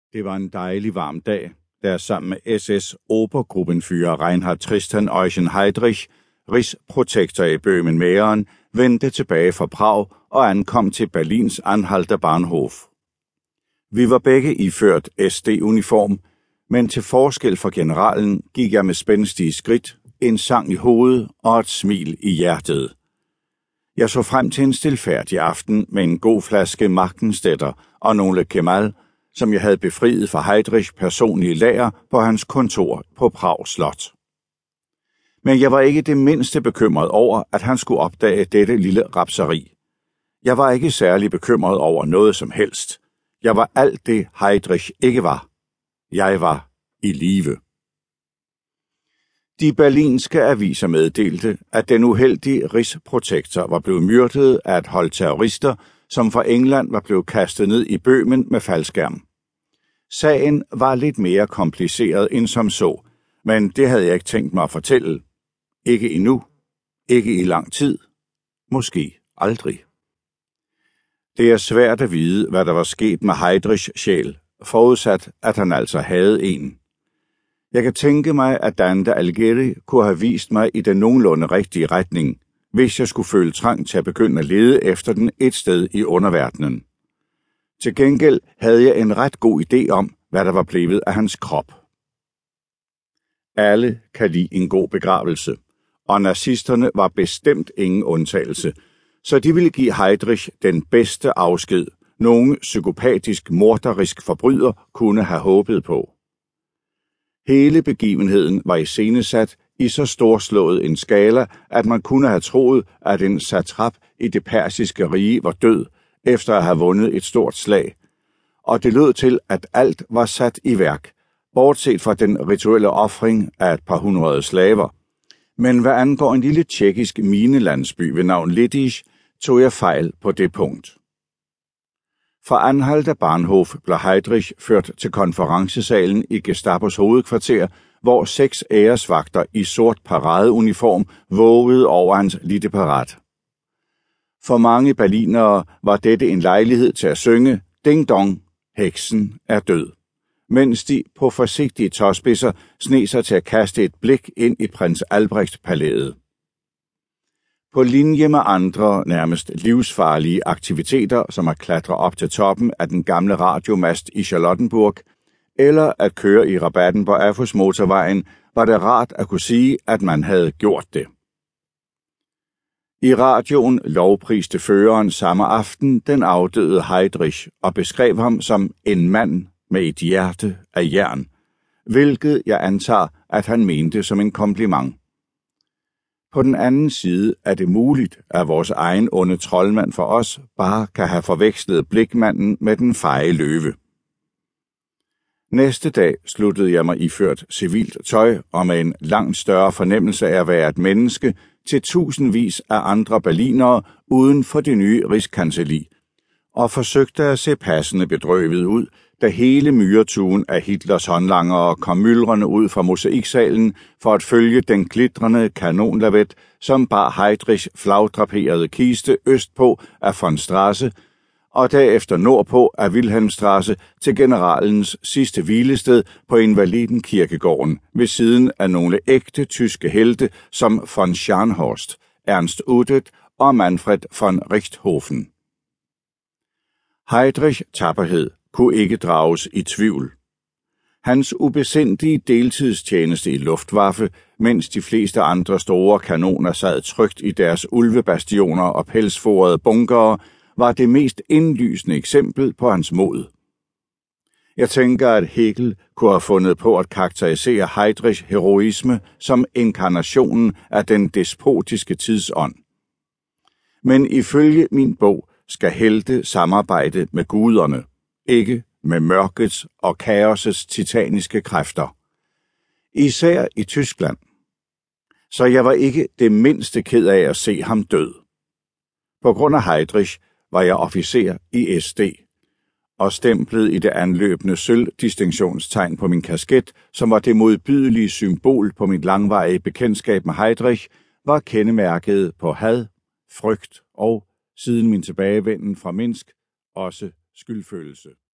Det var en dejlig varm dag, da jeg sammen med SS Obergruppenführer Reinhard Tristan Eugen Heydrich, rigsprotektor i Böhmen-Mähren, vendte tilbage fra Prag og ankom til Berlins Anhalter Bahnhof. Vi var begge iført SD-uniform, men til forskel fra generalen gik jeg med spændstige skridt, en sang i hovedet og et smil i hjertet. Jeg så frem til en stilfærdig aften med en god flaske Markenstetter og nogle Kemal, som jeg havde befriet fra Heydrichs personlige lager på hans kontor på Prag Slot. Men jeg var ikke det mindste bekymret over, at han skulle opdage dette lille rapseri. Jeg var ikke særlig bekymret over noget som helst. Jeg var alt det, Heydrich ikke var. Jeg var i live. De berlinske aviser meddelte, at den uheldige rigsprotektor var blevet myrdet af et hold terrorister, som fra England var blevet kastet ned i Bøhmen med faldskærm. Sagen var lidt mere kompliceret end som så, men det havde jeg ikke tænkt mig at fortælle. Ikke endnu. Ikke i lang tid. Måske aldrig. Det er svært at vide, hvad der var sket med Heydrichs sjæl, forudsat, at han altså havde en. Jeg kan tænke mig, at Dante Alighieri kunne have vist mig i den nogenlunde rigtige retning, hvis jeg skulle føle trang til at begynde at lede efter den et sted i underverdenen. Til gengæld havde jeg en ret god idé om, hvad der var blevet af hans krop. Alle kan lide en god begravelse, og nazisterne var bestemt ingen undtagelse, så de ville give Heydrich den bedste afsked, nogen psykopatisk morderisk forbryder kunne have håbet på. Hele begivenheden var iscenesat i så storslået en skala, at man kunne have troet, at en satrap i det persiske rige var død, efter at have vundet et stort slag, og det lød til, at alt var sat i værk, bortset fra den rituelle ofring af et par hundrede slaver. Men hvad angår en lille tjekkisk minelandsby ved navn Lidisch, tog jeg fejl på det punkt. Fra Anhalter Bahnhof blev Heydrich ført til konferencesalen i Gestapos hovedkvarter, hvor 6 æresvagter i sort paradeuniform vågede over hans litteparat. For mange berlinere var dette en lejlighed til at synge Ding Dong, heksen er død, mens de på forsigtige tåspidser sneg sig til at kaste et blik ind i prins Albrecht-palæet. På linje med andre nærmest livsfarlige aktiviteter, som at klatre op til toppen af den gamle radiomast i Charlottenburg, eller at køre i rabatten på Afus-motorvejen, var det rart at kunne sige, at man havde gjort det. I radioen lovpriste føreren samme aften den afdøde Heydrich og beskrev ham som en mand med et hjerte af jern, hvilket jeg antager, at han mente som en kompliment. På den anden side er det muligt, at vores egen onde troldmand for os bare kan have forvekslet blikmanden med den feje løve. Næste dag sluttede jeg mig iført civilt tøj og med en langt større fornemmelse af at være et menneske til tusindvis af andre berlinere uden for det nye rigskancelli, og forsøgte at se passende bedrøvet ud, da hele myretuen af Hitlers håndlangere kom myldrende ud fra mosaiksalen for at følge den glitrende kanonlavet, som bar Heydrichs flagdraperede kiste østpå af von Strasse, og derefter nordpå af Wilhelmstrasse til generalens sidste hvilested på Invalidenkirkegården ved siden af nogle ægte tyske helte som von Scharnhorst, Ernst Udet og Manfred von Richthofen. Heydrichs tapperhed kunne ikke drages i tvivl. Hans ubesindige deltidstjeneste i Luftwaffe, mens de fleste andre store kanoner sad trygt i deres ulvebastioner og pelsforede bunkere, var det mest indlysende eksempel på hans mod. Jeg tænker, at Hegel kunne have fundet på at karakterisere Heydrichs heroisme som inkarnationen af den despotiske tidsånd. Men ifølge min bog skal helte samarbejde med guderne, ikke med mørkets og kaosets titaniske kræfter. Især i Tyskland. Så jeg var ikke det mindste ked af at se ham død. På grund af Heydrich var jeg officer i SD, og stemplet i det anløbende sølvdistinktionstegn på min kasket, som var det modbydelige symbol på mit langvarige bekendtskab med Heydrich, var kendemærket på had, frygt og, siden min tilbagevenden fra Minsk, også skyldfølelse.